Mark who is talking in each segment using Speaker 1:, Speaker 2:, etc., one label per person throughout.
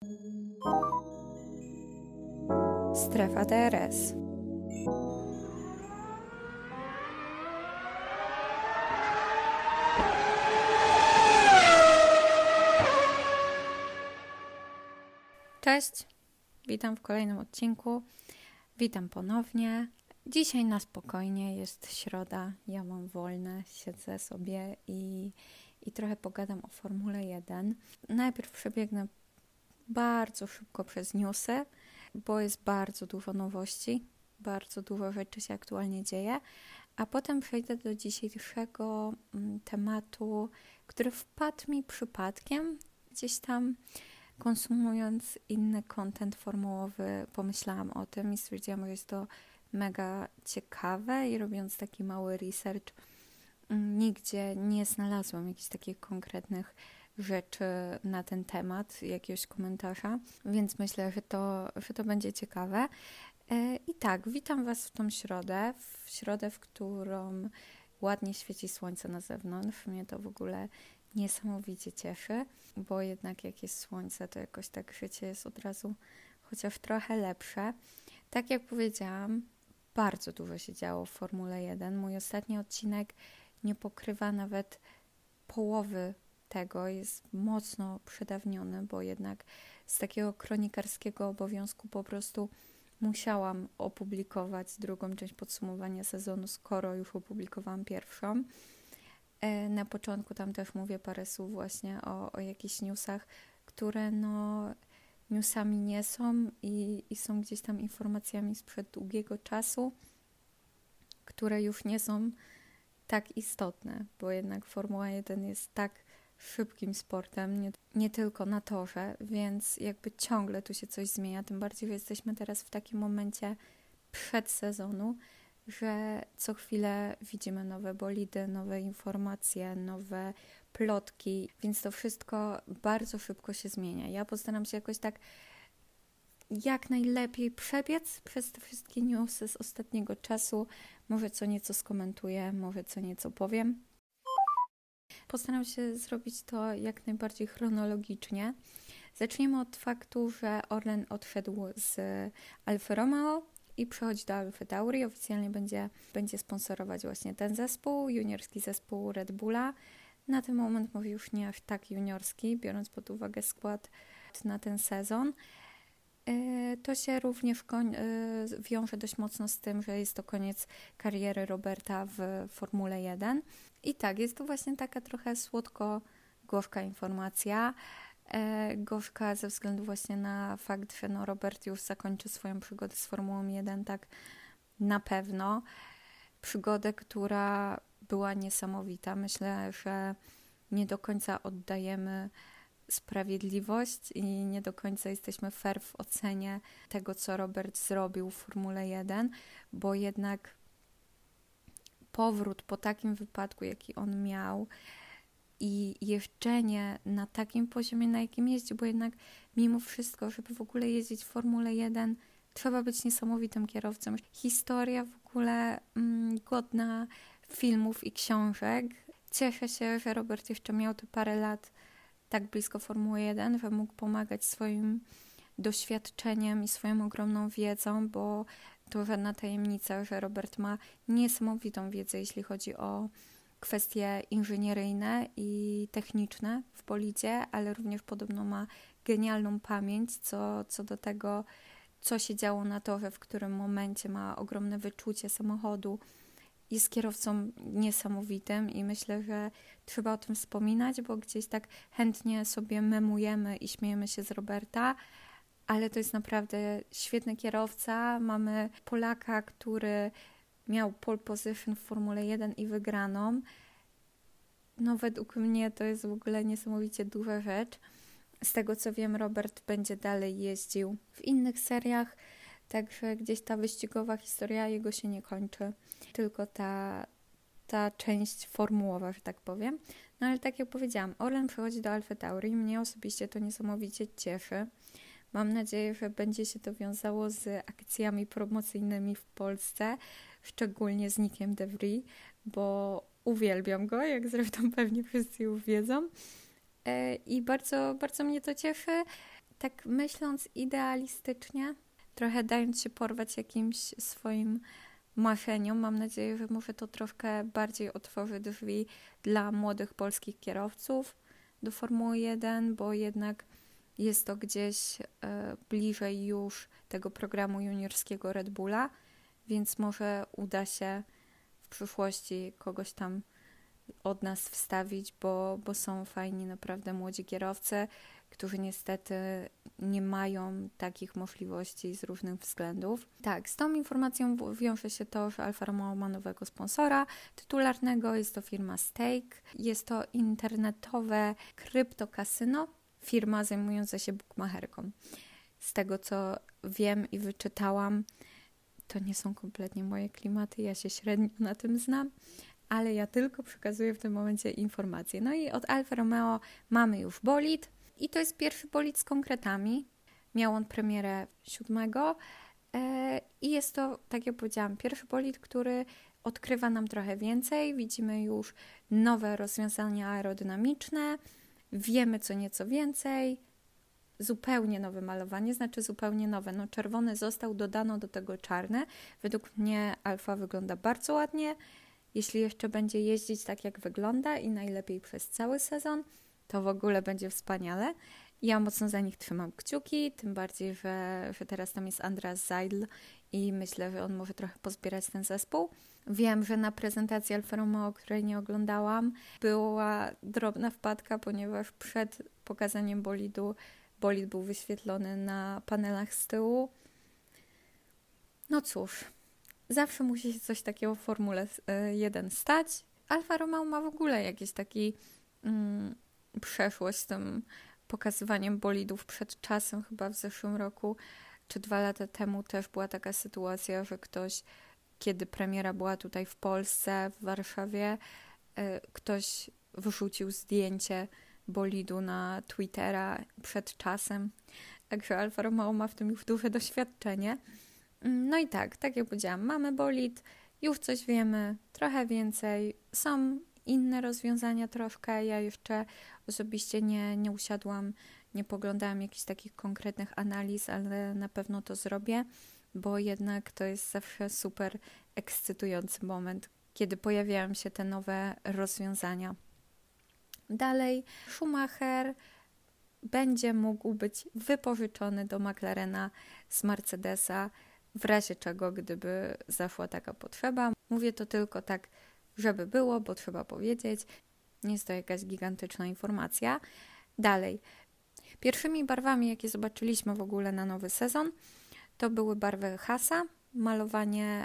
Speaker 1: Strefa DRS. Cześć, witam w kolejnym odcinku. Witam ponownie. Dzisiaj na spokojnie, jest środa, ja mam wolne, siedzę sobie i trochę pogadam o Formule 1. Najpierw przebiegnę bardzo szybko przez newsy, bo jest bardzo dużo nowości, bardzo dużo rzeczy się aktualnie dzieje, a potem przejdę do dzisiejszego tematu, który wpadł mi przypadkiem gdzieś tam, konsumując inny content formułowy, pomyślałam o tym i stwierdziłam, że jest to mega ciekawe i robiąc taki mały research, nigdzie nie znalazłam jakichś takich konkretnych rzeczy na ten temat, jakiegoś komentarza, więc myślę, że to będzie ciekawe. I tak, witam Was w tą środę, w którą ładnie świeci słońce na zewnątrz. Mnie to w ogóle niesamowicie cieszy, bo jednak jak jest słońce, to jakoś tak życie jest od razu chociaż trochę lepsze. Tak jak powiedziałam, bardzo dużo się działo w Formule 1. Mój ostatni odcinek nie pokrywa nawet połowy tego, jest mocno przedawniony, bo jednak z takiego kronikarskiego obowiązku po prostu musiałam opublikować drugą część podsumowania sezonu, skoro już opublikowałam pierwszą. Na początku tam też mówię parę słów właśnie o jakichś newsach, które newsami nie są i są gdzieś tam informacjami sprzed długiego czasu, które już nie są tak istotne, bo jednak Formuła 1 jest tak szybkim sportem, nie tylko na torze, więc jakby ciągle tu się coś zmienia, tym bardziej, że jesteśmy teraz w takim momencie przedsezonu, że co chwilę widzimy nowe bolidy, nowe informacje, nowe plotki, więc to wszystko bardzo szybko się zmienia. Ja postaram się jakoś tak jak najlepiej przebiec przez te wszystkie newsy z ostatniego czasu. Może co nieco skomentuję, może co nieco powiem. Postaram się zrobić to jak najbardziej chronologicznie. Zaczniemy od faktu, że Orlen odszedł z Alfa Romeo i przechodzi do Alfy Tauri. Oficjalnie będzie sponsorować właśnie ten zespół, juniorski zespół Red Bulla. Na ten moment może już nie aż tak juniorski, biorąc pod uwagę skład na ten sezon. To się również wiąże dość mocno z tym, że jest to koniec kariery Roberta w Formule 1. I tak, jest to właśnie taka trochę słodko-gorzka informacja. Gorzka ze względu właśnie na fakt, że Robert już zakończy swoją przygodę z Formułą 1, tak na pewno. Przygodę, która była niesamowita. Myślę, że nie do końca oddajemy sprawiedliwość i nie do końca jesteśmy fair w ocenie tego, co Robert zrobił w Formule 1, bo jednak powrót po takim wypadku, jaki on miał i jeżdżenie na takim poziomie, na jakim jeździ, bo jednak mimo wszystko, żeby w ogóle jeździć w Formule 1, trzeba być niesamowitym kierowcą. Historia w ogóle godna filmów i książek. Cieszę się, że Robert jeszcze miał te parę lat tak blisko Formuły 1, że mógł pomagać swoim doświadczeniem i swoją ogromną wiedzą, bo to żadna tajemnica, że Robert ma niesamowitą wiedzę, jeśli chodzi o kwestie inżynieryjne i techniczne w bolidzie, ale również podobno ma genialną pamięć co do tego, co się działo na torze, w którym momencie, ma ogromne wyczucie samochodu. Jest kierowcą niesamowitym i myślę, że trzeba o tym wspominać, bo gdzieś tak chętnie sobie memujemy i śmiejemy się z Roberta, ale to jest naprawdę świetny kierowca. Mamy Polaka, który miał pole position w Formule 1 i wygraną. Według mnie to jest w ogóle niesamowicie duża rzecz. Z tego co wiem, Robert będzie dalej jeździł w innych seriach, także gdzieś ta wyścigowa historia jego się nie kończy. Tylko ta część formułowa, że tak powiem. Ale tak jak powiedziałam, Orlen przechodzi do Alfy Tauri. Mnie osobiście to niesamowicie cieszy. Mam nadzieję, że będzie się to wiązało z akcjami promocyjnymi w Polsce, szczególnie z Nickiem de Vries, bo uwielbiam go, jak zresztą pewnie wszyscy już wiedzą. I bardzo, bardzo mnie to cieszy. tak myśląc idealistycznie, trochę dając się porwać jakimś swoim marzeniom, mam nadzieję, że może to troszkę bardziej otworzy drzwi dla młodych polskich kierowców do Formuły 1, bo jednak jest to gdzieś bliżej już tego programu juniorskiego Red Bulla, więc może uda się w przyszłości kogoś tam od nas wstawić, bo są fajni naprawdę młodzi kierowcy, którzy niestety nie mają takich możliwości z różnych względów. Tak, z tą informacją wiąże się to, że Alfa Romeo ma nowego sponsora tytularnego, jest to firma Stake, jest to internetowe kryptokasyno, firma zajmująca się bukmacherką. Z tego co wiem i wyczytałam, to nie są kompletnie moje klimaty, ja się średnio na tym znam, ale ja tylko przekazuję w tym momencie informacje. No i od Alfa Romeo mamy już bolid i to jest pierwszy bolid z konkretami. Miał on premierę 7 i jest to, tak jak powiedziałam, pierwszy bolid, który odkrywa nam trochę więcej. Widzimy już nowe rozwiązania aerodynamiczne, wiemy co nieco więcej, zupełnie nowe malowanie, znaczy zupełnie nowe. No czerwony został, dodano do tego czarne. Według mnie Alfa wygląda bardzo ładnie. Jeśli jeszcze będzie jeździć tak, jak wygląda i najlepiej przez cały sezon, to w ogóle będzie wspaniale. Ja mocno za nich trzymam kciuki, tym bardziej, że teraz tam jest Andreas Seidl i myślę, że on może trochę pozbierać ten zespół. Wiem, że na prezentacji Alfa Romeo, której nie oglądałam, była drobna wpadka, ponieważ przed pokazaniem bolid był wyświetlony na panelach z tyłu. No cóż, zawsze musi się coś takiego w Formule 1 stać. Alfa Romeo ma w ogóle jakiś taki przeszłość z tym pokazywaniem bolidów przed czasem. Chyba w zeszłym roku czy 2 lata temu też była taka sytuacja, że ktoś, kiedy premiera była tutaj w Polsce, w Warszawie, ktoś wrzucił zdjęcie bolidu na Twittera przed czasem. Także Alfa Romeo ma w tym już duże doświadczenie. No i tak jak powiedziałam, mamy bolid, już coś wiemy, trochę więcej. Są inne rozwiązania troszkę. Ja jeszcze osobiście nie usiadłam, nie poglądałam jakichś takich konkretnych analiz, ale na pewno to zrobię, bo jednak to jest zawsze super ekscytujący moment, kiedy pojawiają się te nowe rozwiązania. Dalej, Schumacher będzie mógł być wypożyczony do McLarena z Mercedesa, w razie czego, gdyby zaszła taka potrzeba. Mówię to tylko tak, żeby było, bo trzeba powiedzieć. Nie jest to jakaś gigantyczna informacja. Dalej. Pierwszymi barwami, jakie zobaczyliśmy w ogóle na nowy sezon, to były barwy Haasa, malowanie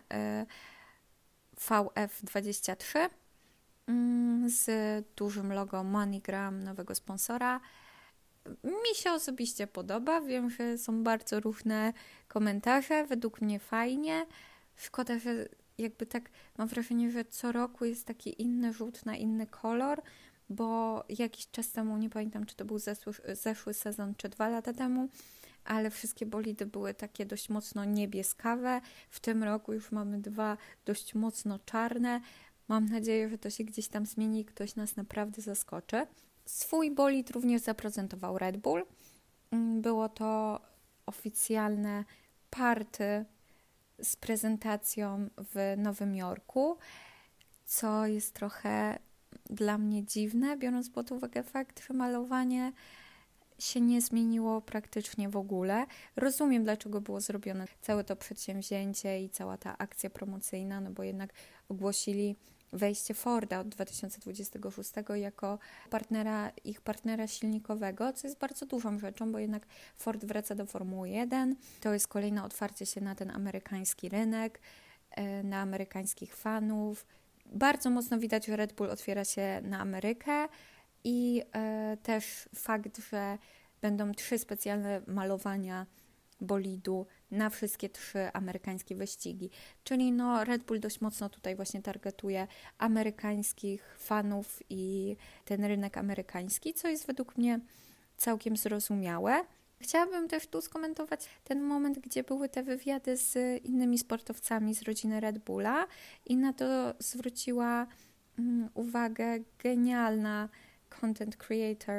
Speaker 1: VF23 z dużym logo MoneyGram, nowego sponsora. Mi się osobiście podoba. Wiem, że są bardzo różne komentarze. Według mnie fajnie. Szkoda, że jakby tak mam wrażenie, że co roku jest taki inny rzut na inny kolor, bo jakiś czas temu, nie pamiętam, czy to był zeszły sezon, czy 2 lata temu, ale wszystkie bolidy były takie dość mocno niebieskawe. W tym roku już mamy 2 dość mocno czarne. Mam nadzieję, że to się gdzieś tam zmieni i ktoś nas naprawdę zaskoczy. Swój bolid również zaprezentował Red Bull. Było to oficjalne party z prezentacją w Nowym Jorku, co jest trochę dla mnie dziwne, biorąc pod uwagę fakt, że malowanie się nie zmieniło praktycznie w ogóle. Rozumiem, dlaczego było zrobione całe to przedsięwzięcie i cała ta akcja promocyjna, no bo jednak ogłosili wejście Forda od 2026 jako ich partnera silnikowego, co jest bardzo dużą rzeczą, bo jednak Ford wraca do Formuły 1. To jest kolejne otwarcie się na ten amerykański rynek, na amerykańskich fanów. Bardzo mocno widać, że Red Bull otwiera się na Amerykę i też fakt, że będą 3 specjalne malowania bolidu na wszystkie 3 amerykańskie wyścigi. Czyli Red Bull dość mocno tutaj właśnie targetuje amerykańskich fanów i ten rynek amerykański, co jest według mnie całkiem zrozumiałe. Chciałabym też tu skomentować ten moment, gdzie były te wywiady z innymi sportowcami z rodziny Red Bulla i na to zwróciła uwagę genialna content creator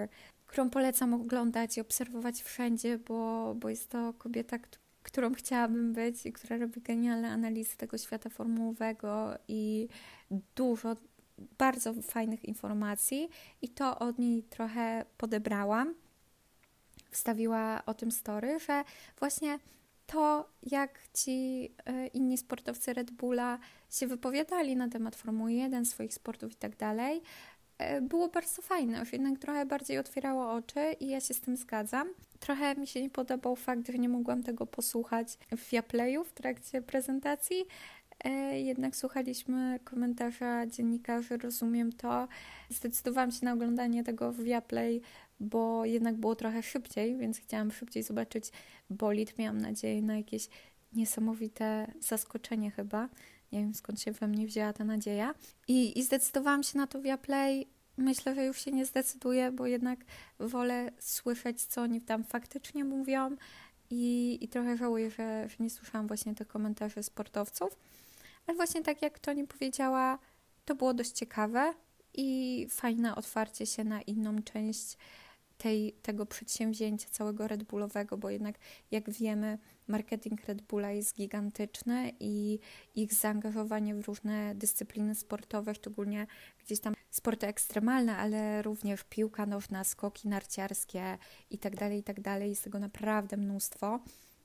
Speaker 1: którą polecam oglądać i obserwować wszędzie, bo jest to kobieta, którą chciałabym być i która robi genialne analizy tego świata formułowego i dużo bardzo fajnych informacji i to od niej trochę podebrałam. Wstawiła o tym story, że właśnie to, jak ci inni sportowcy Red Bulla się wypowiadali na temat Formuły 1, swoich sportów i tak dalej, było bardzo fajne, już jednak trochę bardziej otwierało oczy i ja się z tym zgadzam. Trochę mi się nie podobał fakt, że nie mogłam tego posłuchać w Viaplayu w trakcie prezentacji, jednak słuchaliśmy komentarza dziennikarzy, rozumiem to. Zdecydowałam się na oglądanie tego w Viaplay, bo jednak było trochę szybciej, więc chciałam szybciej zobaczyć bolid. Miałam nadzieję na jakieś niesamowite zaskoczenie chyba. Nie wiem, skąd się we mnie wzięła ta nadzieja. I zdecydowałam się na to Viaplay. Myślę, że już się nie zdecyduję, bo jednak wolę słyszeć, co oni tam faktycznie mówią i trochę żałuję, że nie słyszałam właśnie tych komentarzy sportowców. Ale właśnie tak jak Toni powiedziała, to było dość ciekawe i fajne otwarcie się na inną część tego przedsięwzięcia całego Red Bullowego, bo jednak jak wiemy, marketing Red Bulla jest gigantyczny i ich zaangażowanie w różne dyscypliny sportowe, szczególnie gdzieś tam sporty ekstremalne, ale również piłka nożna, skoki narciarskie i tak dalej, jest tego naprawdę mnóstwo.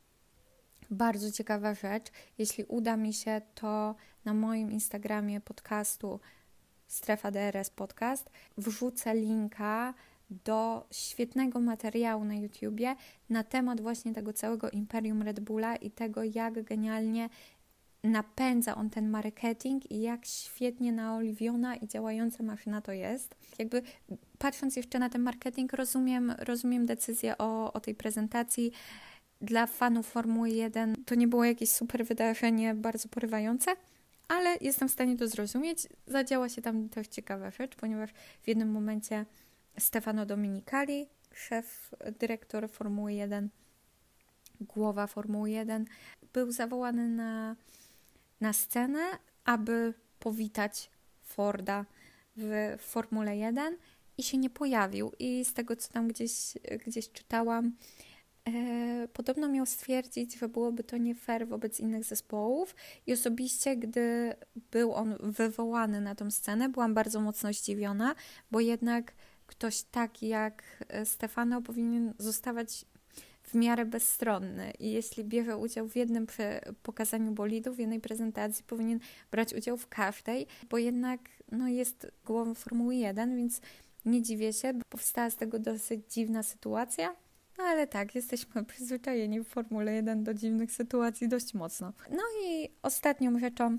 Speaker 1: Bardzo ciekawa rzecz. Jeśli uda mi się, to na moim Instagramie podcastu Strefa DRS Podcast wrzucę linka do świetnego materiału na YouTubie na temat właśnie tego całego imperium Red Bulla i tego, jak genialnie napędza on ten marketing i jak świetnie naoliwiona i działająca maszyna to jest. Jakby patrząc jeszcze na ten marketing, rozumiem decyzję o tej prezentacji. Dla fanów Formuły 1 to nie było jakieś super wydarzenie, bardzo porywające, ale jestem w stanie to zrozumieć. Zadziała się tam też ciekawa rzecz, ponieważ w jednym momencie Stefano Domenicali, dyrektor Formuły 1, głowa Formuły 1, był zawołany na scenę, aby powitać Forda w Formule 1 i się nie pojawił. I z tego, co tam gdzieś czytałam, podobno miał stwierdzić, że byłoby to nie fair wobec innych zespołów i osobiście, gdy był on wywołany na tą scenę, byłam bardzo mocno zdziwiona, bo jednak ktoś taki jak Stefano powinien zostawać w miarę bezstronny i jeśli bierze udział w jednym pokazaniu bolidu, w jednej prezentacji, powinien brać udział w każdej, bo jednak jest głową Formuły 1, więc nie dziwię się, bo powstała z tego dosyć dziwna sytuacja. No ale tak, jesteśmy przyzwyczajeni w Formule 1 do dziwnych sytuacji dość mocno. No i ostatnią rzeczą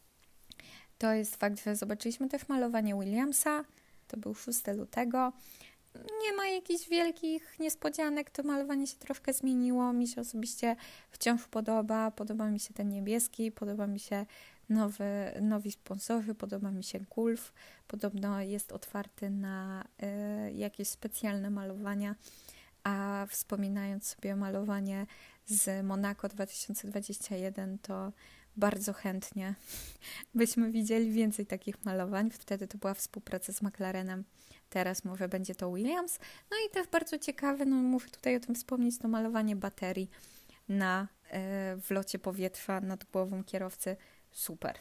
Speaker 1: to jest fakt, że zobaczyliśmy też malowanie Williamsa. To był 6 lutego. Nie ma jakichś wielkich niespodzianek, to malowanie się troszkę zmieniło. Mi się osobiście wciąż podoba. Podoba mi się ten niebieski, podoba mi się nowi sponsorzy, podoba mi się Gulf. Podobno jest otwarty na jakieś specjalne malowania. A wspominając sobie malowanie z Monaco 2021, to bardzo chętnie byśmy widzieli więcej takich malowań. Wtedy to była współpraca z McLarenem, teraz może będzie to Williams. No i też bardzo ciekawe, muszę tutaj o tym wspomnieć, to malowanie baterii w locie powietrza nad głową kierowcy. Super.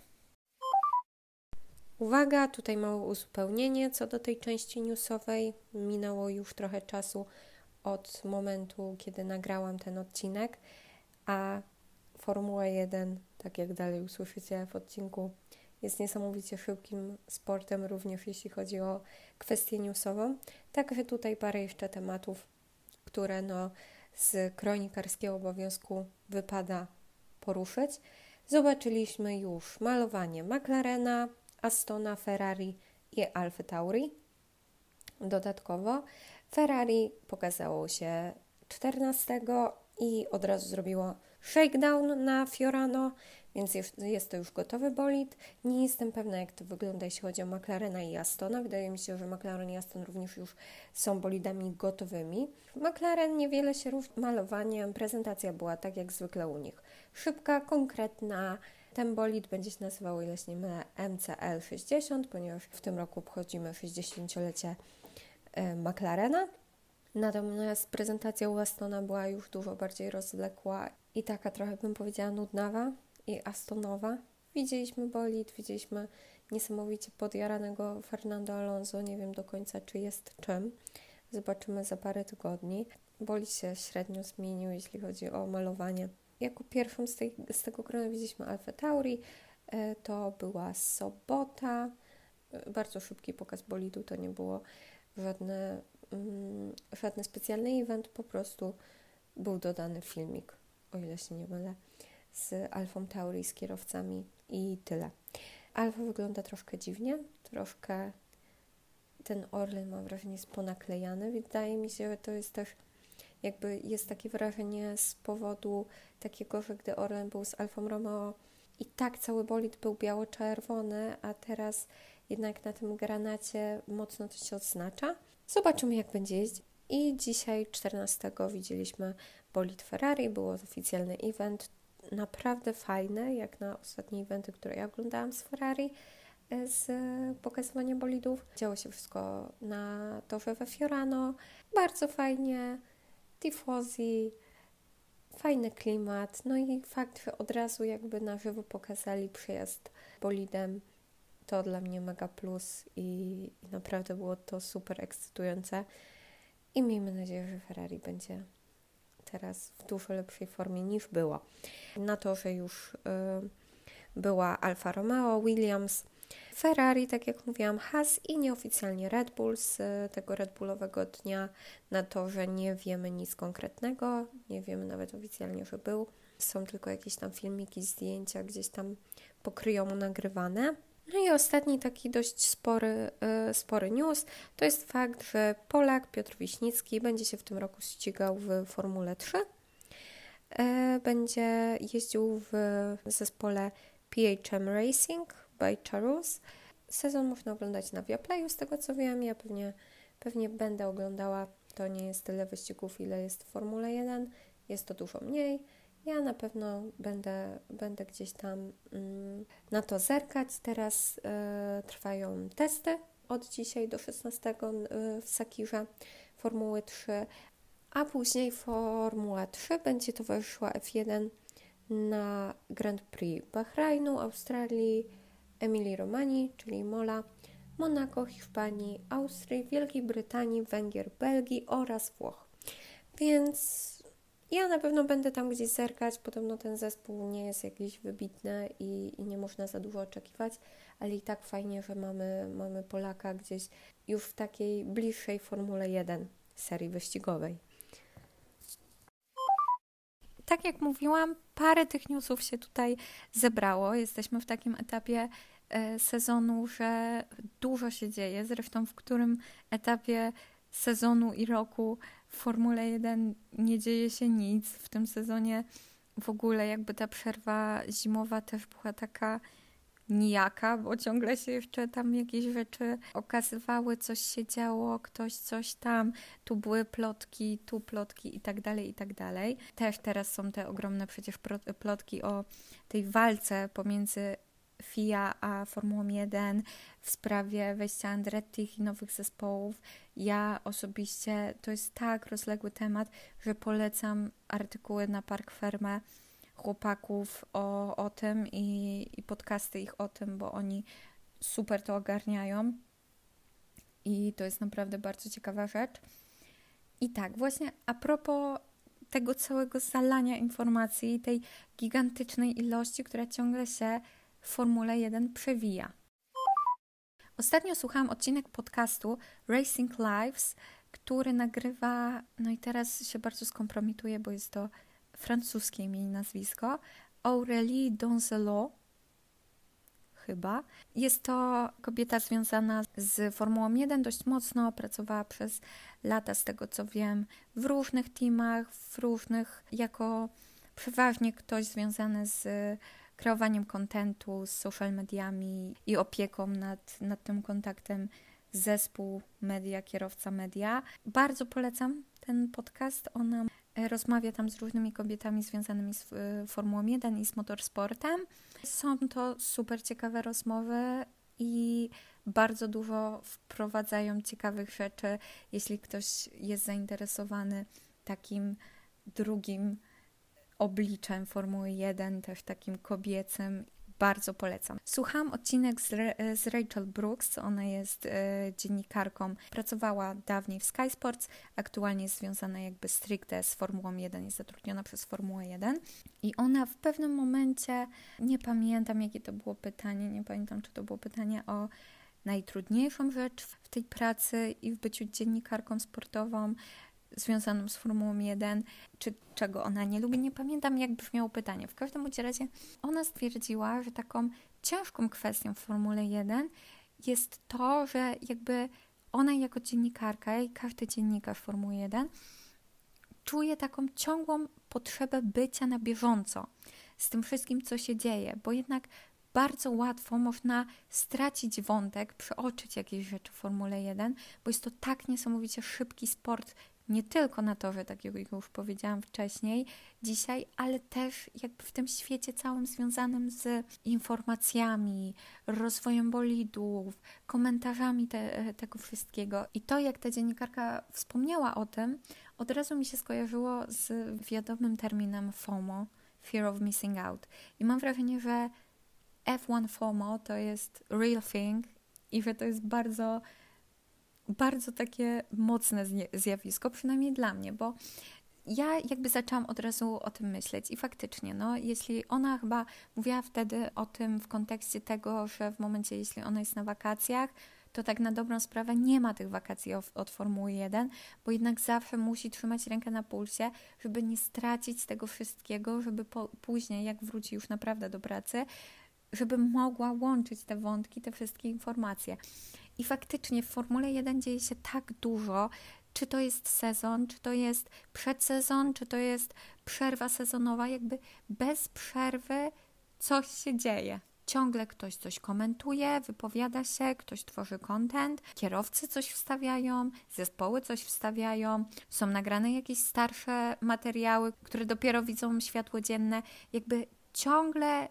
Speaker 2: Uwaga, tutaj małe uzupełnienie co do tej części newsowej. Minęło już trochę czasu od momentu, kiedy nagrałam ten odcinek, a Formuła 1, tak jak dalej usłyszycie w odcinku, jest niesamowicie szybkim sportem, również jeśli chodzi o kwestię newsową. Także tutaj parę jeszcze tematów, które z kronikarskiego obowiązku wypada poruszyć. Zobaczyliśmy już malowanie McLarena, Astona, Ferrari i Alfy Tauri. Dodatkowo Ferrari pokazało się 14 i od razu zrobiło shakedown na Fiorano, więc jest to już gotowy bolid. Nie jestem pewna, jak to wygląda, jeśli chodzi o McLarena i Astona. Wydaje mi się, że McLaren i Aston również już są bolidami gotowymi. McLaren niewiele się różni malowaniem. Prezentacja była tak jak zwykle u nich. Szybka, konkretna. Ten bolid będzie się nazywał, o ile się nie mylę, MCL60, ponieważ w tym roku obchodzimy 60-lecie McLarena. Natomiast prezentacja u Astona była już dużo bardziej rozwlekła i taka trochę, bym powiedziała, nudnawa i astonowa. Widzieliśmy bolid, widzieliśmy niesamowicie podjaranego Fernando Alonso. Nie wiem do końca, czy jest czym. Zobaczymy za parę tygodni. Bolid się średnio zmienił, jeśli chodzi o malowanie. Jako pierwszą z tego grona widzieliśmy Alfę Tauri. To była sobota. Bardzo szybki pokaz bolidu, to nie było żadny specjalny event, po prostu był dodany filmik, o ile się nie mylę, z Alfą Tauri, z kierowcami i tyle. Alfa wygląda troszkę dziwnie, troszkę ten Orlen, mam wrażenie, jest ponaklejany. Wydaje mi się, że to jest też jakby jest takie wrażenie z powodu takiego, że gdy Orlen był z Alfą Romeo i tak cały bolid był biało-czerwony, a teraz jednak na tym granacie mocno to się odznacza. Zobaczymy, jak będzie jeździć. I dzisiaj 14 widzieliśmy bolid Ferrari, był oficjalny event, naprawdę fajny, jak na ostatnie eventy, które ja oglądałam z Ferrari, z pokazywania bolidów. Działo się wszystko na torze we Fiorano, bardzo fajnie, tifosi, fajny klimat, no i fakt, że od razu jakby na żywo pokazali przejazd bolidem, to dla mnie mega plus i naprawdę było to super ekscytujące i miejmy nadzieję, że Ferrari będzie teraz w dużo lepszej formie niż było. Na torze już była Alfa Romeo, Williams, Ferrari, tak jak mówiłam, Haas i nieoficjalnie Red Bull. Z tego Red Bullowego dnia na torze nie wiemy nic konkretnego, nie wiemy nawet oficjalnie, że był. Są tylko jakieś tam filmiki, zdjęcia gdzieś tam pokryjomu nagrywane. No i ostatni taki dość spory news to jest fakt, że Polak Piotr Wiśnicki będzie się w tym roku ścigał w Formule 3. Będzie jeździł w zespole PHM Racing by Charus. Sezon można oglądać na Viaplayu, z tego co wiem. Ja pewnie będę oglądała. To nie jest tyle wyścigów, ile jest w Formule 1. Jest to dużo mniej. Ja na pewno będę gdzieś tam na to zerkać. Teraz trwają testy od dzisiaj do 16 w Sakirze Formuły 3, a później Formuła 3 będzie towarzyszyła F1 na Grand Prix Bahrajnu, Australii, Emilii-Romanii, czyli Mola, Monako, Hiszpanii, Austrii, Wielkiej Brytanii, Węgier, Belgii oraz Włoch. Więc ja na pewno będę tam gdzieś zerkać. Podobno ten zespół nie jest jakiś wybitny i nie można za dużo oczekiwać, ale i tak fajnie, że mamy Polaka gdzieś już w takiej bliższej Formule 1 serii wyścigowej.
Speaker 1: Tak jak mówiłam, parę tych newsów się tutaj zebrało. Jesteśmy w takim etapie sezonu, że dużo się dzieje. Zresztą w którym etapie sezonu i roku w Formule 1 nie dzieje się nic. W tym sezonie w ogóle jakby ta przerwa zimowa też była taka nijaka, bo ciągle się jeszcze tam jakieś rzeczy okazywały, coś się działo, ktoś coś tam, tu były plotki, tu plotki i tak dalej, i tak dalej. Też teraz są te ogromne przecież plotki o tej walce pomiędzy FIA a Formułą 1 w sprawie wejścia Andretti i nowych zespołów. Ja osobiście, to jest tak rozległy temat, że polecam artykuły na Park Ferme chłopaków o tym i podcasty ich o tym, bo oni super to ogarniają i to jest naprawdę bardzo ciekawa rzecz. I tak, właśnie a propos tego całego zalania informacji, tej gigantycznej ilości, która ciągle się w Formule 1 przewija. Ostatnio słuchałam odcinek podcastu Racing Lives, który nagrywa, no i teraz się bardzo skompromituję, bo jest to francuskie imię i nazwisko, Aurélie Donzelot, chyba. Jest to kobieta związana z Formułą 1 dość mocno, pracowała przez lata, z tego co wiem, w różnych teamach, jako przeważnie ktoś związany z kreowaniem kontentu, z social mediami i opieką nad tym kontaktem zespół media, kierowca media. Bardzo polecam ten podcast. Ona rozmawia tam z różnymi kobietami związanymi z Formułą 1 i z motorsportem. Są to super ciekawe rozmowy i bardzo dużo wprowadzają ciekawych rzeczy. Jeśli ktoś jest zainteresowany takim drugim obliczem Formuły 1, też takim kobiecym, bardzo polecam. Słuchałam odcinek z Rachel Brooks, ona jest dziennikarką, pracowała dawniej w Sky Sports, aktualnie jest związana jakby stricte z Formułą 1, jest zatrudniona przez Formułę 1 i ona w pewnym momencie, nie pamiętam jakie to było pytanie, nie pamiętam czy to było pytanie o najtrudniejszą rzecz w tej pracy i w byciu dziennikarką sportową, związaną z Formułą 1, czy czego ona nie lubi, nie pamiętam jak brzmiało pytanie. W każdym razie ona stwierdziła, że taką ciężką kwestią w Formule 1 jest to, że jakby ona jako dziennikarka i każdy dziennikarz Formuły 1 czuje taką ciągłą potrzebę bycia na bieżąco z tym wszystkim, co się dzieje, bo jednak bardzo łatwo można stracić wątek, przeoczyć jakieś rzeczy w Formule 1, bo jest to tak niesamowicie szybki sport, nie tylko na torze, tak jak już powiedziałam wcześniej, dzisiaj, ale też jakby w tym świecie całym związanym z informacjami, rozwojem bolidów, komentarzami tego wszystkiego. I to, jak ta dziennikarka wspomniała o tym, od razu mi się skojarzyło z wiadomym terminem FOMO, Fear of Missing Out. I mam wrażenie, że F1 FOMO to jest real thing i że to jest bardzo takie mocne zjawisko, przynajmniej dla mnie, bo ja jakby zaczęłam od razu o tym myśleć i faktycznie, jeśli ona chyba mówiła wtedy o tym w kontekście tego, że w momencie, jeśli ona jest na wakacjach, to tak na dobrą sprawę nie ma tych wakacji od Formuły 1, bo jednak zawsze musi trzymać rękę na pulsie, żeby nie stracić tego wszystkiego, żeby później, jak wróci już naprawdę do pracy, żeby mogła łączyć te wątki, te wszystkie informacje. I faktycznie w Formule 1 dzieje się tak dużo, czy to jest sezon, czy to jest przedsezon, czy to jest przerwa sezonowa, jakby bez przerwy coś się dzieje. Ciągle ktoś coś komentuje, wypowiada się, ktoś tworzy content, kierowcy coś wstawiają, zespoły coś wstawiają, są nagrane jakieś starsze materiały, które dopiero widzą światło dzienne, jakby ciągle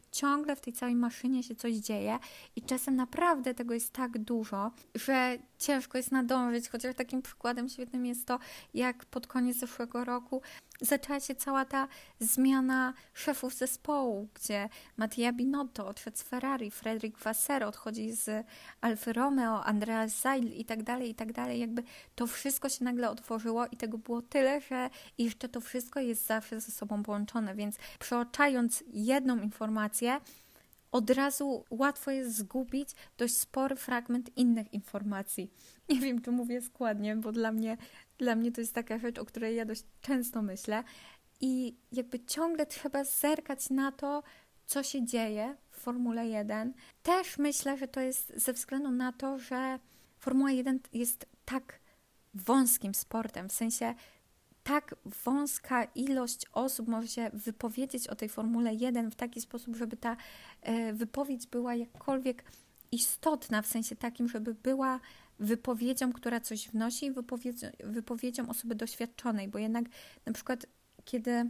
Speaker 1: w tej całej maszynie się coś dzieje i czasem naprawdę tego jest tak dużo, że ciężko jest nadążyć, chociaż takim przykładem świetnym jest to, jak pod koniec zeszłego roku zaczęła się cała ta zmiana szefów zespołu, gdzie Mattia Binotto odszedł z Ferrari, Frederic Vasseur odchodzi z Alfy Romeo, Andrea Seidl i tak dalej, jakby to wszystko się nagle otworzyło i tego było tyle, że jeszcze to wszystko jest zawsze ze sobą połączone, więc przeoczając jedną informację, od razu łatwo jest zgubić dość spory fragment innych informacji. Nie wiem, czy mówię składnie, bo dla mnie to jest taka rzecz, o której ja dość często myślę i jakby ciągle trzeba zerkać na to, co się dzieje w Formule 1. Też myślę, że to jest ze względu na to, że Formuła 1 jest tak wąskim sportem, w sensie tak wąska ilość osób może się wypowiedzieć o tej Formule 1 w taki sposób, żeby ta wypowiedź była jakkolwiek istotna, w sensie takim, żeby była wypowiedzią, która coś wnosi, wypowiedzią osoby doświadczonej, bo jednak na przykład kiedy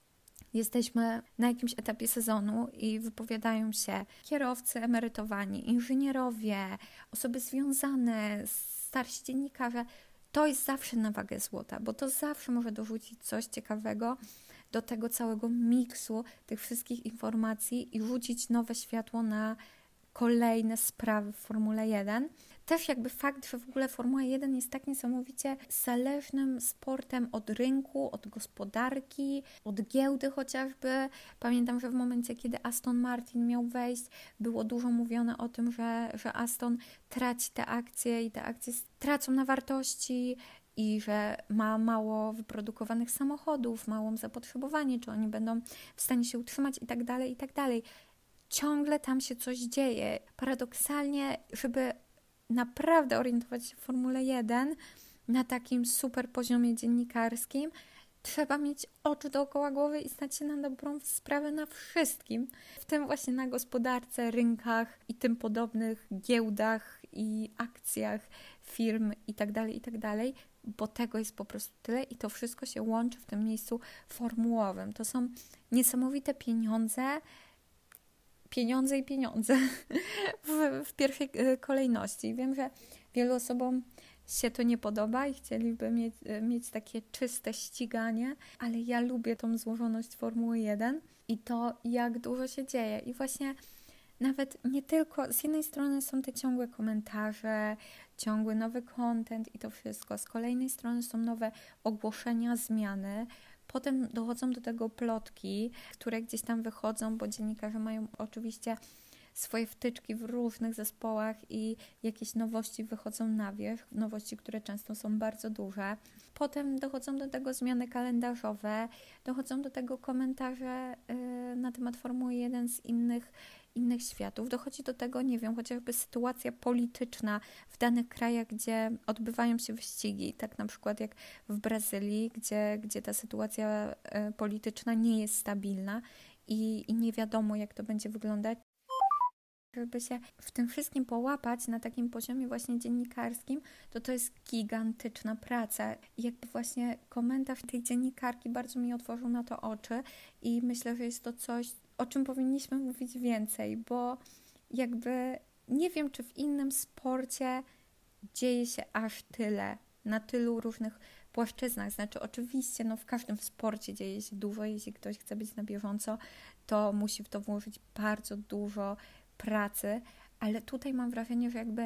Speaker 1: jesteśmy na jakimś etapie sezonu i wypowiadają się kierowcy emerytowani, inżynierowie, osoby związane, starsi dziennikarze, to jest zawsze na wagę złota, bo to zawsze może dorzucić coś ciekawego do tego całego miksu tych wszystkich informacji i rzucić nowe światło na kolejne sprawy w Formule 1. Też jakby fakt, że w ogóle Formuła 1 jest tak niesamowicie zależnym sportem od rynku, od gospodarki, od giełdy chociażby. Pamiętam, że w momencie, kiedy Aston Martin miał wejść, było dużo mówione o tym, że Aston traci te akcje i te akcje tracą na wartości i że ma mało wyprodukowanych samochodów, małą zapotrzebowanie, czy oni będą w stanie się utrzymać i tak dalej. Ciągle tam się coś dzieje. Paradoksalnie, żeby naprawdę orientować się w Formule 1 na takim super poziomie dziennikarskim, trzeba mieć oczy dookoła głowy i znać się na dobrą sprawę na wszystkim. W tym właśnie na gospodarce, rynkach i tym podobnych giełdach i akcjach firm i tak dalej, bo tego jest po prostu tyle i to wszystko się łączy w tym miejscu formułowym. To są niesamowite pieniądze, pieniądze i pieniądze w pierwszej kolejności. Wiem, że wielu osobom się to nie podoba i chcieliby mieć takie czyste ściganie, ale ja lubię tą złożoność Formuły 1 i to, jak dużo się dzieje. I właśnie nawet nie tylko, z jednej strony są te ciągłe komentarze, ciągły nowy content i to wszystko, z kolejnej strony są nowe ogłoszenia, zmiany, potem dochodzą do tego plotki, które gdzieś tam wychodzą, bo dziennikarze mają oczywiście swoje wtyczki w różnych zespołach i jakieś nowości wychodzą na wierzch, nowości, które często są bardzo duże. Potem dochodzą do tego zmiany kalendarzowe, dochodzą do tego komentarze na temat Formuły 1 z innych światów. Dochodzi do tego, nie wiem, chociażby sytuacja polityczna w danych krajach, gdzie odbywają się wyścigi, tak na przykład jak w Brazylii, gdzie ta sytuacja polityczna nie jest stabilna i nie wiadomo, jak to będzie wyglądać. Żeby się w tym wszystkim połapać na takim poziomie właśnie dziennikarskim, to jest gigantyczna praca. I jakby właśnie komentarz tej dziennikarki bardzo mi otworzył na to oczy i myślę, że jest to coś, o czym powinniśmy mówić więcej, bo jakby nie wiem, czy w innym sporcie dzieje się aż tyle, na tylu różnych płaszczyznach. Znaczy oczywiście, w każdym sporcie dzieje się dużo, jeśli ktoś chce być na bieżąco, to musi w to włożyć bardzo dużo pracy, ale tutaj mam wrażenie, że jakby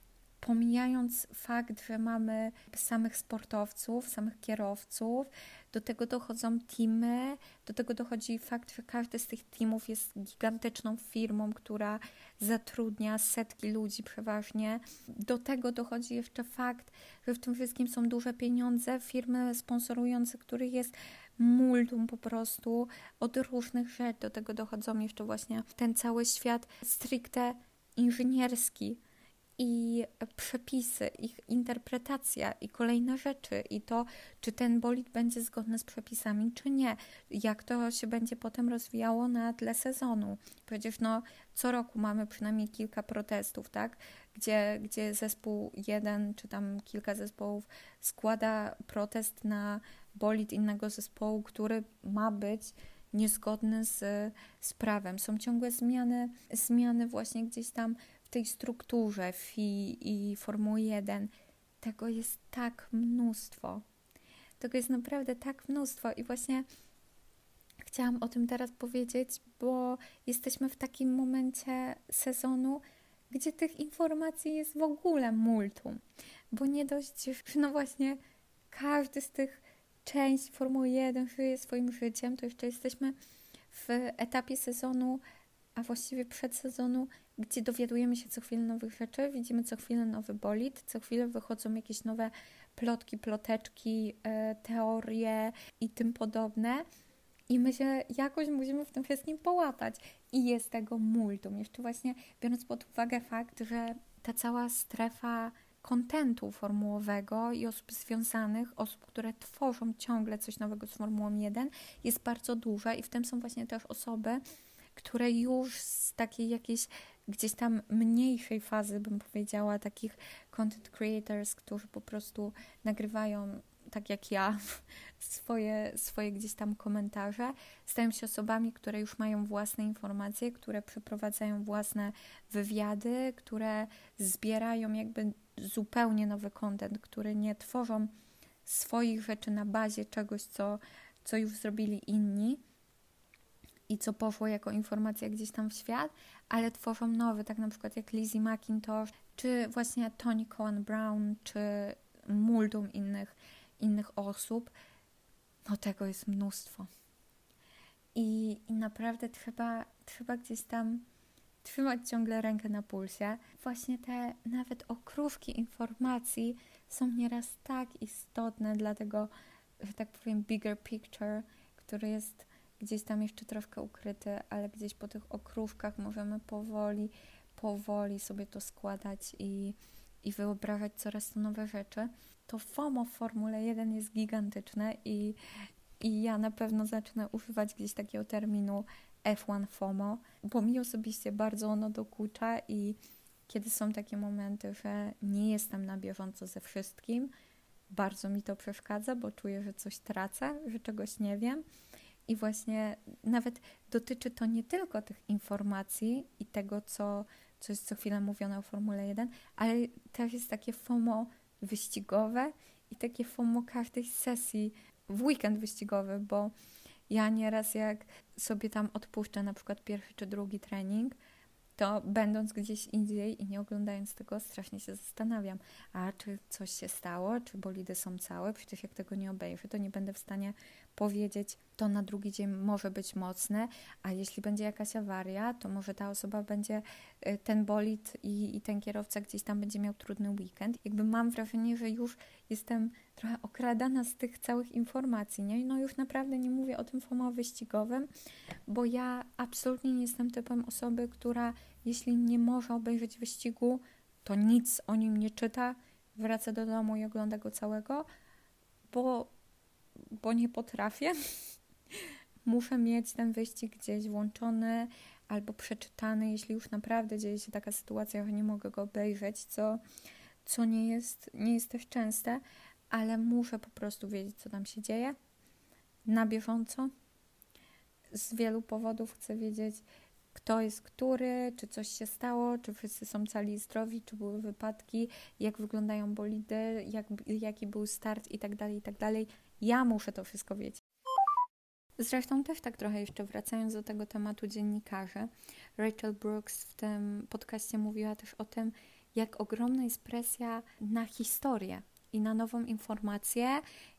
Speaker 1: pomijając fakt, że mamy samych sportowców, samych kierowców, do tego dochodzą teamy, do tego dochodzi fakt, że każdy z tych teamów jest gigantyczną firmą, która zatrudnia setki ludzi przeważnie. Do tego dochodzi jeszcze fakt, że w tym wszystkim są duże pieniądze, firmy sponsorujące, których jest multum po prostu od różnych rzeczy. Do tego dochodzą jeszcze właśnie ten cały świat stricte inżynierski i przepisy, ich interpretacja i kolejne rzeczy i to, czy ten bolid będzie zgodny z przepisami, czy nie. Jak to się będzie potem rozwijało na tle sezonu. Przecież co roku mamy przynajmniej kilka protestów, tak? Gdzie zespół jeden, czy tam kilka zespołów składa protest na bolid innego zespołu, który ma być niezgodny z prawem. Są ciągłe zmiany właśnie gdzieś tam w tej strukturze FI i Formuły 1. Tego jest tak mnóstwo. Tego jest naprawdę tak mnóstwo i właśnie chciałam o tym teraz powiedzieć, bo jesteśmy w takim momencie sezonu, gdzie tych informacji jest w ogóle multum. Bo nie dość, że właśnie każdy z tych części Formuły 1 żyje swoim życiem, to jeszcze jesteśmy w etapie sezonu, a właściwie przedsezonu, gdzie dowiadujemy się co chwilę nowych rzeczy, widzimy co chwilę nowy bolid, co chwilę wychodzą jakieś nowe plotki, ploteczki, teorie i tym podobne. I my się jakoś musimy w tym wszystkim połapać. I jest tego multum. Jeszcze właśnie biorąc pod uwagę fakt, że ta cała strefa kontentu formułowego i osób związanych, osób, które tworzą ciągle coś nowego z Formułą 1, jest bardzo duża i w tym są właśnie też osoby, które już z takiej jakiejś gdzieś tam mniejszej fazy, bym powiedziała, takich content creators, którzy po prostu nagrywają, tak jak ja, swoje gdzieś tam komentarze, stają się osobami, które już mają własne informacje, które przeprowadzają własne wywiady, które zbierają jakby zupełnie nowy content, które nie tworzą swoich rzeczy na bazie czegoś, co już zrobili inni i co poszło jako informacja gdzieś tam w świat, ale tworzą nowy, tak na przykład jak Lizzie McIntosh, czy właśnie Toni Cohen Brown, czy multum innych osób. Tego jest mnóstwo. I naprawdę trzeba gdzieś tam trzymać ciągle rękę na pulsie. Właśnie te nawet okrówki informacji są nieraz tak istotne dla tego, że tak powiem, bigger picture, który jest gdzieś tam jeszcze troszkę ukryty, ale gdzieś po tych okrówkach możemy powoli sobie to składać i wyobrażać coraz to nowe rzeczy. To FOMO w Formule 1 jest gigantyczne i ja na pewno zacznę używać gdzieś takiego terminu F1 FOMO, bo mi osobiście bardzo ono dokucza i kiedy są takie momenty, że nie jestem na bieżąco ze wszystkim, bardzo mi to przeszkadza, bo czuję, że coś tracę, że czegoś nie wiem I właśnie nawet dotyczy to nie tylko tych informacji i tego, co jest co chwilę mówione o Formule 1, ale też jest takie FOMO wyścigowe i takie FOMO każdej sesji w weekend wyścigowy, bo ja nieraz jak sobie tam odpuszczę na przykład pierwszy czy drugi trening, to będąc gdzieś indziej i nie oglądając tego, strasznie się zastanawiam, a czy coś się stało, czy bolidy są całe, przecież jak tego nie obejrzę, to nie będę w stanie powiedzieć, to na drugi dzień może być mocne, a jeśli będzie jakaś awaria, to może ta osoba będzie, ten bolid i ten kierowca gdzieś tam będzie miał trudny weekend. Jakby mam wrażenie, że już jestem trochę okradana z tych całych informacji, nie? No już naprawdę nie mówię o tym FOMO wyścigowym, bo ja absolutnie nie jestem typem osoby, która jeśli nie może obejrzeć wyścigu, to nic o nim nie czyta, wraca do domu i ogląda go całego, bo nie potrafię. Muszę mieć ten wyścig gdzieś włączony albo przeczytany, jeśli już naprawdę dzieje się taka sytuacja, że nie mogę go obejrzeć, co nie jest też częste, ale muszę po prostu wiedzieć, co tam się dzieje na bieżąco. Z wielu powodów chcę wiedzieć, kto jest który, czy coś się stało, czy wszyscy są cali i zdrowi, czy były wypadki, jak wyglądają bolidy, jaki był start i tak dalej, i tak dalej. Ja muszę to wszystko wiedzieć. Zresztą też tak trochę jeszcze wracając do tego tematu dziennikarzy, Rachel Brooks w tym podcaście mówiła też o tym, jak ogromna jest presja na historię i na nową informację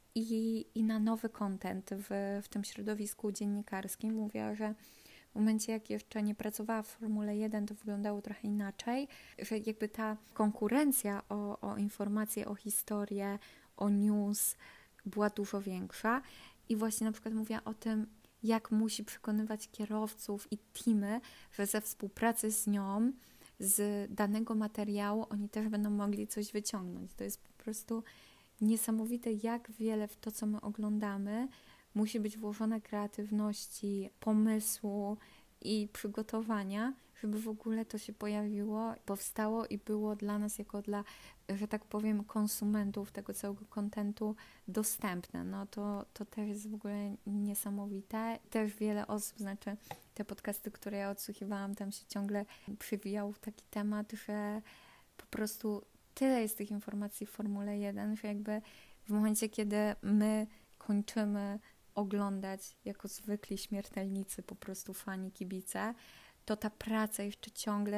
Speaker 1: i na nowy content w tym środowisku dziennikarskim. Mówiła, że w momencie, jak jeszcze nie pracowała w Formule 1, to wyglądało trochę inaczej, że jakby ta konkurencja o informacje, o historię, o news była dużo większa i właśnie na przykład mówiła o tym, jak musi przekonywać kierowców i teamy, że ze współpracy z nią, z danego materiału oni też będą mogli coś wyciągnąć. To jest po prostu niesamowite, jak wiele w to, co my oglądamy, musi być włożone kreatywności, pomysłu i przygotowania, żeby w ogóle to się pojawiło, powstało i było dla nas jako dla, że tak powiem, konsumentów tego całego kontentu dostępne. No to też jest w ogóle niesamowite. Też wiele osób, znaczy te podcasty, które ja odsłuchiwałam, tam się ciągle przywijał taki temat, że po prostu tyle jest tych informacji w Formule 1, że jakby w momencie, kiedy my kończymy oglądać jako zwykli śmiertelnicy, po prostu fani, kibice, to ta praca jeszcze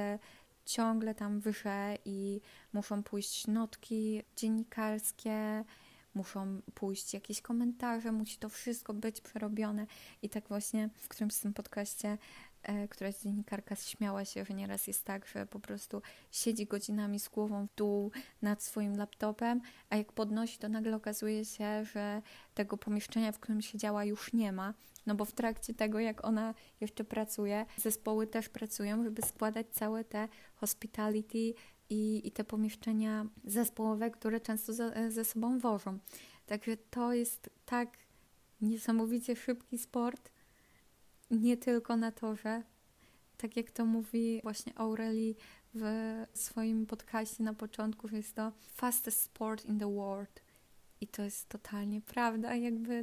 Speaker 1: ciągle tam wyżej i muszą pójść notki dziennikarskie, muszą pójść jakieś komentarze, musi to wszystko być przerobione. I tak właśnie w którymś z tym podcaście któraś dziennikarka śmiała się, że nieraz jest tak, że po prostu siedzi godzinami z głową w dół nad swoim laptopem, a jak podnosi, to nagle okazuje się, że tego pomieszczenia, w którym siedziała, już nie ma. No bo w trakcie tego, jak ona jeszcze pracuje, zespoły też pracują, żeby składać całe te hospitality i te pomieszczenia zespołowe, które często ze sobą wożą. Także to jest tak niesamowicie szybki sport, nie tylko na torze. Tak jak to mówi właśnie Aurelie w swoim podcaście na początku, że jest to fastest sport in the world. I to jest totalnie prawda, jakby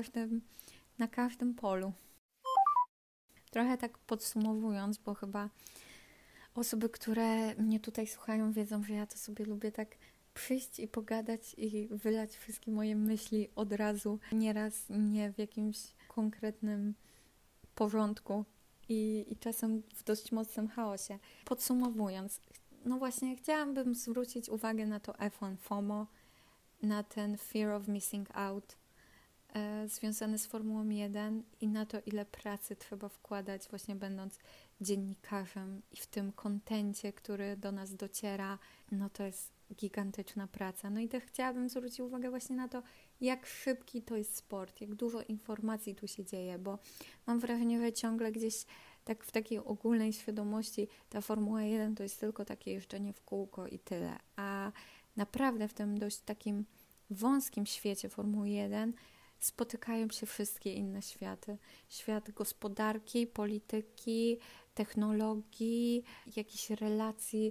Speaker 1: na każdym polu. Trochę tak podsumowując, bo chyba osoby, które mnie tutaj słuchają, wiedzą, że ja to sobie lubię tak przyjść i pogadać i wylać wszystkie moje myśli od razu. Nieraz nie w jakimś konkretnym porządku i czasem w dość mocnym chaosie. Podsumowując, no właśnie chciałabym zwrócić uwagę na to F1 FOMO, na ten fear of missing out związany z Formułą 1 i na to, ile pracy trzeba wkładać właśnie będąc dziennikarzem i w tym kontencie, który do nas dociera, no to jest gigantyczna praca. No i też chciałabym zwrócić uwagę właśnie na to, jak szybki to jest sport, jak dużo informacji tu się dzieje, bo mam wrażenie, że ciągle gdzieś tak w takiej ogólnej świadomości ta Formuła 1 to jest tylko takie jeżdżenie w kółko i tyle, a naprawdę w tym dość takim wąskim świecie Formuły 1 spotykają się wszystkie inne światy. Świat gospodarki, polityki, technologii, jakichś relacji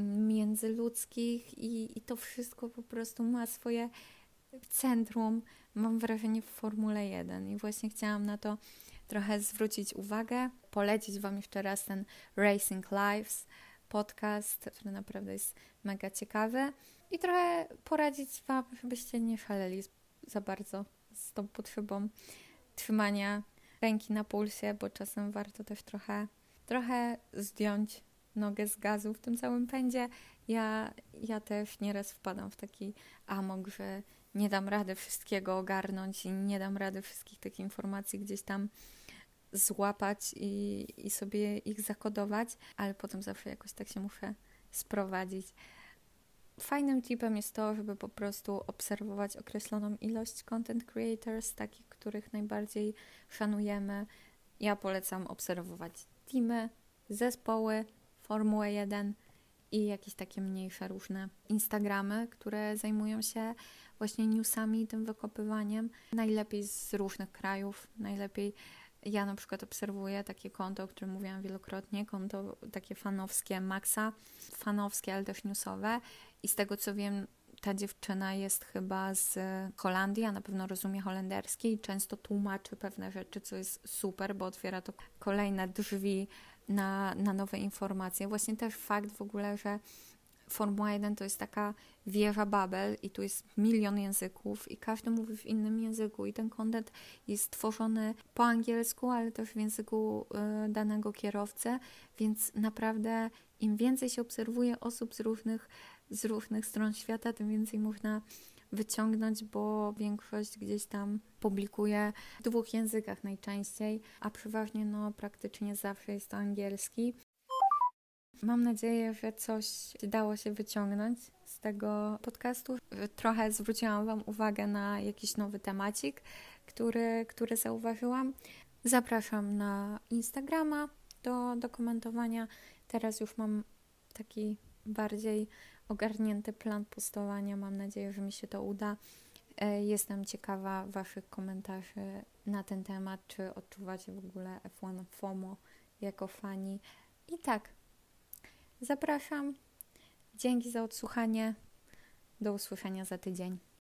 Speaker 1: międzyludzkich i to wszystko po prostu ma swoje centrum mam wrażenie, w Formule 1 i właśnie chciałam na to trochę zwrócić uwagę, polecić Wam jeszcze raz ten Racing Lives podcast, który naprawdę jest mega ciekawy i trochę poradzić Wam, żebyście nie szaleli za bardzo z tą potrzebą trzymania ręki na pulsie, bo czasem warto też trochę zdjąć nogę z gazu w tym całym pędzie. Ja też nieraz wpadam w taki amok, że nie dam rady wszystkiego ogarnąć i nie dam rady wszystkich tych informacji gdzieś tam złapać i sobie ich zakodować, ale potem zawsze jakoś tak się muszę sprowadzić. Fajnym tipem jest to, żeby po prostu obserwować określoną ilość content creators, takich, których najbardziej szanujemy. Ja polecam obserwować teamy, zespoły, Formułę 1 i jakieś takie mniejsze różne Instagramy, które zajmują się właśnie newsami, tym wykopywaniem. Najlepiej z różnych krajów, najlepiej ja na przykład obserwuję takie konto, o którym mówiłam wielokrotnie, konto takie fanowskie Maxa, fanowskie, ale też newsowe i z tego co wiem, ta dziewczyna jest chyba z Holandii, a na pewno rozumie holenderski i często tłumaczy pewne rzeczy, co jest super, bo otwiera to kolejne drzwi na nowe informacje. Właśnie też fakt w ogóle, że Formuła 1 to jest taka wieża Babel i tu jest milion języków i każdy mówi w innym języku i ten content jest tworzony po angielsku, ale też w języku danego kierowcy, więc naprawdę im więcej się obserwuje osób z różnych stron świata, tym więcej można wyciągnąć, bo większość gdzieś tam publikuje w 2 językach najczęściej, a przeważnie praktycznie zawsze jest to angielski. Mam nadzieję, że coś dało się wyciągnąć z tego podcastu. Trochę zwróciłam Wam uwagę na jakiś nowy temacik, który zauważyłam. Zapraszam na Instagrama do komentowania. Teraz już mam taki bardziej ogarnięty plan postowania. Mam nadzieję, że mi się to uda. Jestem ciekawa Waszych komentarzy na ten temat, czy odczuwacie w ogóle F1 FOMO jako fani. I tak, zapraszam. Dzięki za odsłuchanie. Do usłyszenia za tydzień.